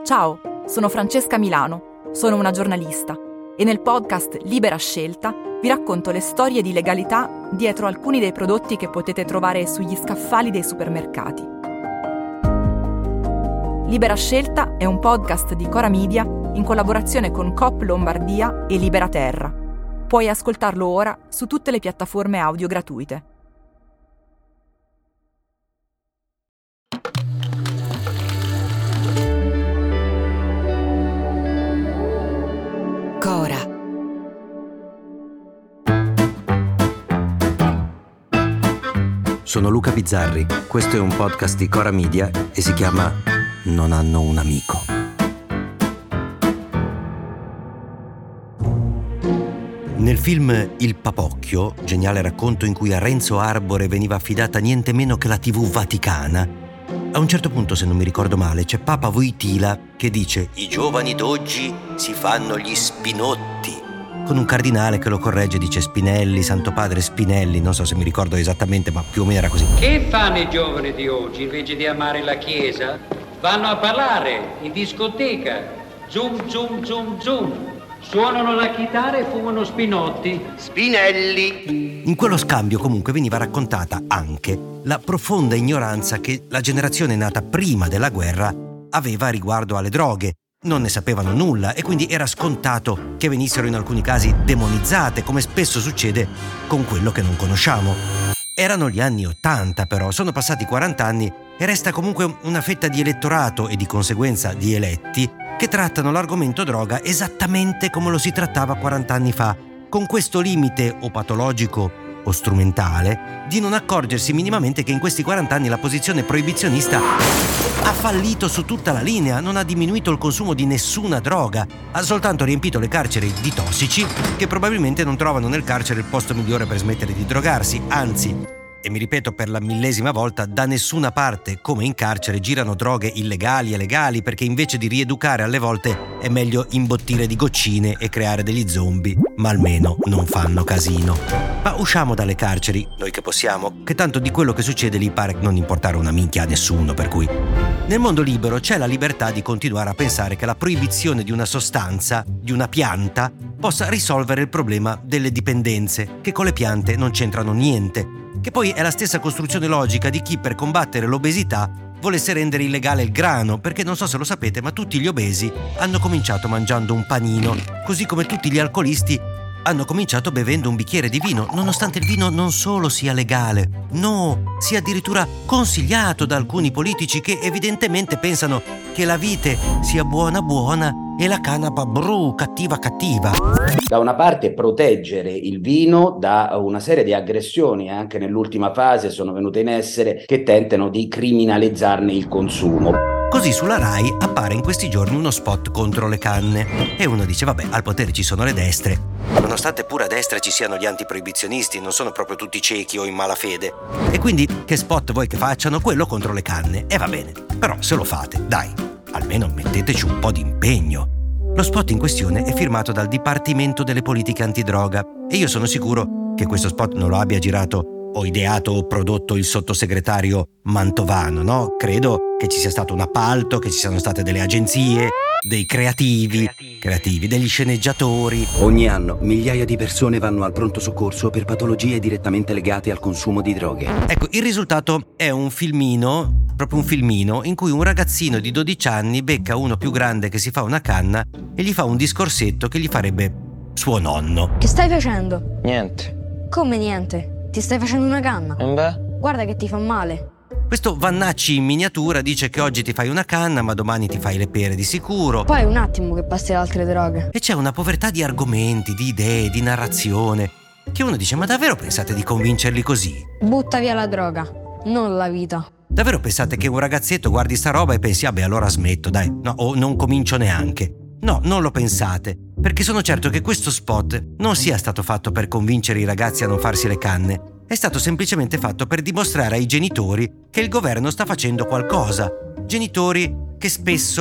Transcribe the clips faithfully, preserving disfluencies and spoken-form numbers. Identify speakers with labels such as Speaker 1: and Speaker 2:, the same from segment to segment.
Speaker 1: Ciao, sono Francesca Milano, sono una giornalista e nel podcast Libera Scelta vi racconto le storie di legalità dietro alcuni dei prodotti che potete trovare sugli scaffali dei supermercati. Libera Scelta è un podcast di Cora Media in collaborazione con Coop Lombardia e Libera Terra. Puoi ascoltarlo ora su tutte le piattaforme audio gratuite.
Speaker 2: Cora.
Speaker 3: Sono Luca Bizzarri, questo è un podcast di Cora Media e si chiama Non hanno un amico. Nel film Il Papocchio, geniale racconto in cui a Renzo Arbore veniva affidata niente meno che la tivù vaticana, a un certo punto, se non mi ricordo male, c'è Papa Wojtyla che dice «I giovani d'oggi si fanno gli spinotti», con un cardinale che lo corregge e dice «Spinelli, Santo Padre Spinelli», non so se mi ricordo esattamente, ma più o meno era così.
Speaker 4: Che fanno i giovani di oggi invece di amare la Chiesa? Vanno a ballare in discoteca, zoom zoom zoom zoom, suonano la chitarra e fumano spinotti.
Speaker 5: Spinelli.
Speaker 3: In quello scambio comunque veniva raccontata anche la profonda ignoranza che la generazione nata prima della guerra aveva riguardo alle droghe. Non ne sapevano nulla e quindi era scontato che venissero in alcuni casi demonizzate, come spesso succede con quello che non conosciamo. Erano gli anni Ottanta però, sono passati quaranta anni e resta comunque una fetta di elettorato e di conseguenza di eletti che trattano l'argomento droga esattamente come lo si trattava quaranta anni fa, con questo limite o patologico o strumentale di non accorgersi minimamente che in questi quaranta anni la posizione proibizionista ha fallito su tutta la linea, non ha diminuito il consumo di nessuna droga, ha soltanto riempito le carceri di tossici che probabilmente non trovano nel carcere il posto migliore per smettere di drogarsi, anzi, e mi ripeto per la millesima volta, da nessuna parte, come in carcere, girano droghe illegali e legali, perché invece di rieducare alle volte è meglio imbottire di goccine e creare degli zombie, ma almeno non fanno casino. Ma usciamo dalle carceri, noi che possiamo, che tanto di quello che succede lì pare non importare una minchia a nessuno, per cui nel mondo libero c'è la libertà di continuare a pensare che la proibizione di una sostanza, di una pianta, possa risolvere il problema delle dipendenze, che con le piante non c'entrano niente, che poi è la stessa costruzione logica di chi per combattere l'obesità volesse rendere illegale il grano, perché non so se lo sapete, ma tutti gli obesi hanno cominciato mangiando un panino, così come tutti gli alcolisti hanno cominciato bevendo un bicchiere di vino, nonostante il vino non solo sia legale, no, sia addirittura consigliato da alcuni politici che evidentemente pensano che la vite sia buona buona e la canapa bru, cattiva cattiva.
Speaker 5: Da una parte proteggere il vino da una serie di aggressioni, anche nell'ultima fase sono venute in essere, che tentano di criminalizzarne il consumo.
Speaker 3: Così sulla Rai appare in questi giorni uno spot contro le canne e uno dice vabbè, al potere ci sono le destre, nonostante pure a destra ci siano gli antiproibizionisti, non sono proprio tutti ciechi o in malafede, e quindi che spot vuoi che facciano? Quello contro le canne, e va bene, però se lo fate, dai, almeno metteteci un po' di impegno. Lo spot in questione è firmato dal Dipartimento delle Politiche Antidroga e io sono sicuro che questo spot non lo abbia girato o ideato o prodotto il sottosegretario Mantovano, no? Credo che ci sia stato un appalto, che ci siano state delle agenzie, dei creativi, creativi, degli sceneggiatori.
Speaker 6: Ogni anno migliaia di persone vanno al pronto soccorso per patologie direttamente legate al consumo di droghe.
Speaker 3: Ecco, il risultato è un filmino, proprio un filmino, in cui un ragazzino di dodici anni becca uno più grande che si fa una canna e gli fa un discorsetto che gli farebbe suo nonno.
Speaker 7: Che stai facendo?
Speaker 8: Niente.
Speaker 7: Come niente? Ti stai facendo una canna?
Speaker 8: E beh?
Speaker 7: Guarda che ti fa male.
Speaker 3: Questo Vannacci in miniatura dice che oggi ti fai una canna ma domani ti fai le pere di sicuro.
Speaker 7: Poi un attimo che passi ad altre droghe.
Speaker 3: E c'è una povertà di argomenti, di idee, di narrazione, che uno dice ma davvero pensate di convincerli così?
Speaker 7: Butta via la droga, non la vita.
Speaker 3: Davvero pensate che un ragazzetto guardi sta roba e pensi ah beh allora smetto dai, no, o non comincio neanche? No, non lo pensate, perché sono certo che questo spot non sia stato fatto per convincere i ragazzi a non farsi le canne, è stato semplicemente fatto per dimostrare ai genitori che il governo sta facendo qualcosa. Genitori che spesso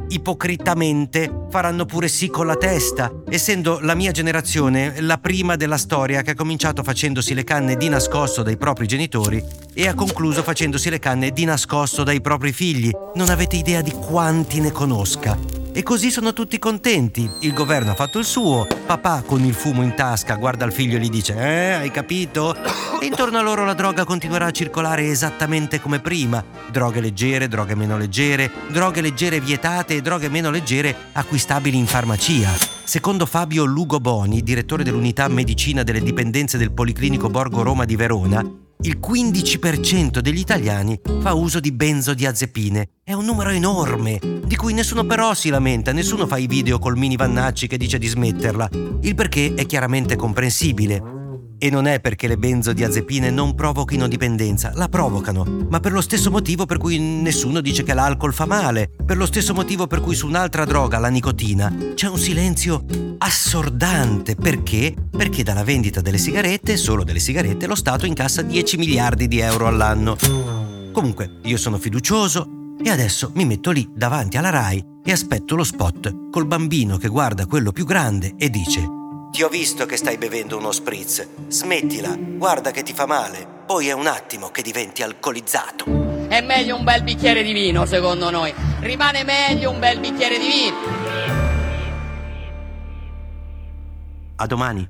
Speaker 3: ipocritamente faranno pure sì con la testa, essendo la mia generazione la prima della storia che ha cominciato facendosi le canne di nascosto dai propri genitori e ha concluso facendosi le canne di nascosto dai propri figli. Non avete idea di quanti ne conosca. E così sono tutti contenti. Il governo ha fatto il suo, papà con il fumo in tasca guarda il figlio e gli dice «Eh, hai capito?» E intorno a loro la droga continuerà a circolare esattamente come prima. Droghe leggere, droghe meno leggere, droghe leggere vietate e droghe meno leggere acquistabili in farmacia. Secondo Fabio Lugo Boni, direttore dell'unità medicina delle dipendenze del Policlinico Borgo Roma di Verona, il quindici per cento degli italiani fa uso di benzodiazepine. È un numero enorme, di cui nessuno però si lamenta, nessuno fa i video col mini Vannacci che dice di smetterla. Il perché è chiaramente comprensibile. E non è perché le benzodiazepine non provochino dipendenza, la provocano, ma per lo stesso motivo per cui nessuno dice che l'alcol fa male, per lo stesso motivo per cui su un'altra droga, la nicotina, c'è un silenzio assordante. Perché? Perché dalla vendita delle sigarette, solo delle sigarette, lo Stato incassa dieci miliardi di euro all'anno. Comunque, io sono fiducioso e adesso mi metto lì davanti alla Rai e aspetto lo spot col bambino che guarda quello più grande e dice: «Ti ho visto che stai bevendo uno spritz, smettila, guarda che ti fa male, poi è un attimo che diventi alcolizzato».
Speaker 2: È meglio un bel bicchiere di vino, secondo noi. Rimane meglio un bel bicchiere di vino.
Speaker 3: A domani.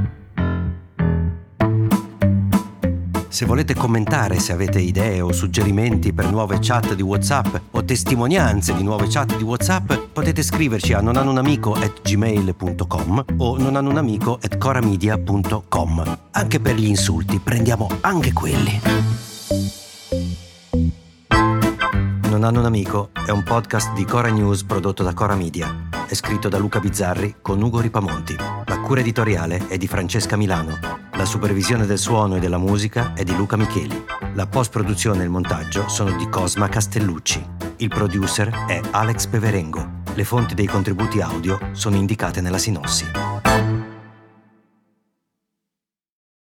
Speaker 3: Se volete commentare, se avete idee o suggerimenti per nuove chat di WhatsApp o testimonianze di nuove chat di WhatsApp, potete scriverci a nonhanunamico at gmail punto com o nonhanunamico at coramedia punto com. Anche per gli insulti, prendiamo anche quelli. Non hanno un amico è un podcast di Cora News prodotto da Cora Media. È scritto da Luca Bizzarri con Ugo Ripamonti. La cura editoriale è di Francesca Milano. La supervisione del suono e della musica è di Luca Micheli. La post-produzione e il montaggio sono di Cosma Castellucci. Il producer è Alex Peverengo. Le fonti dei contributi audio sono indicate nella sinossi.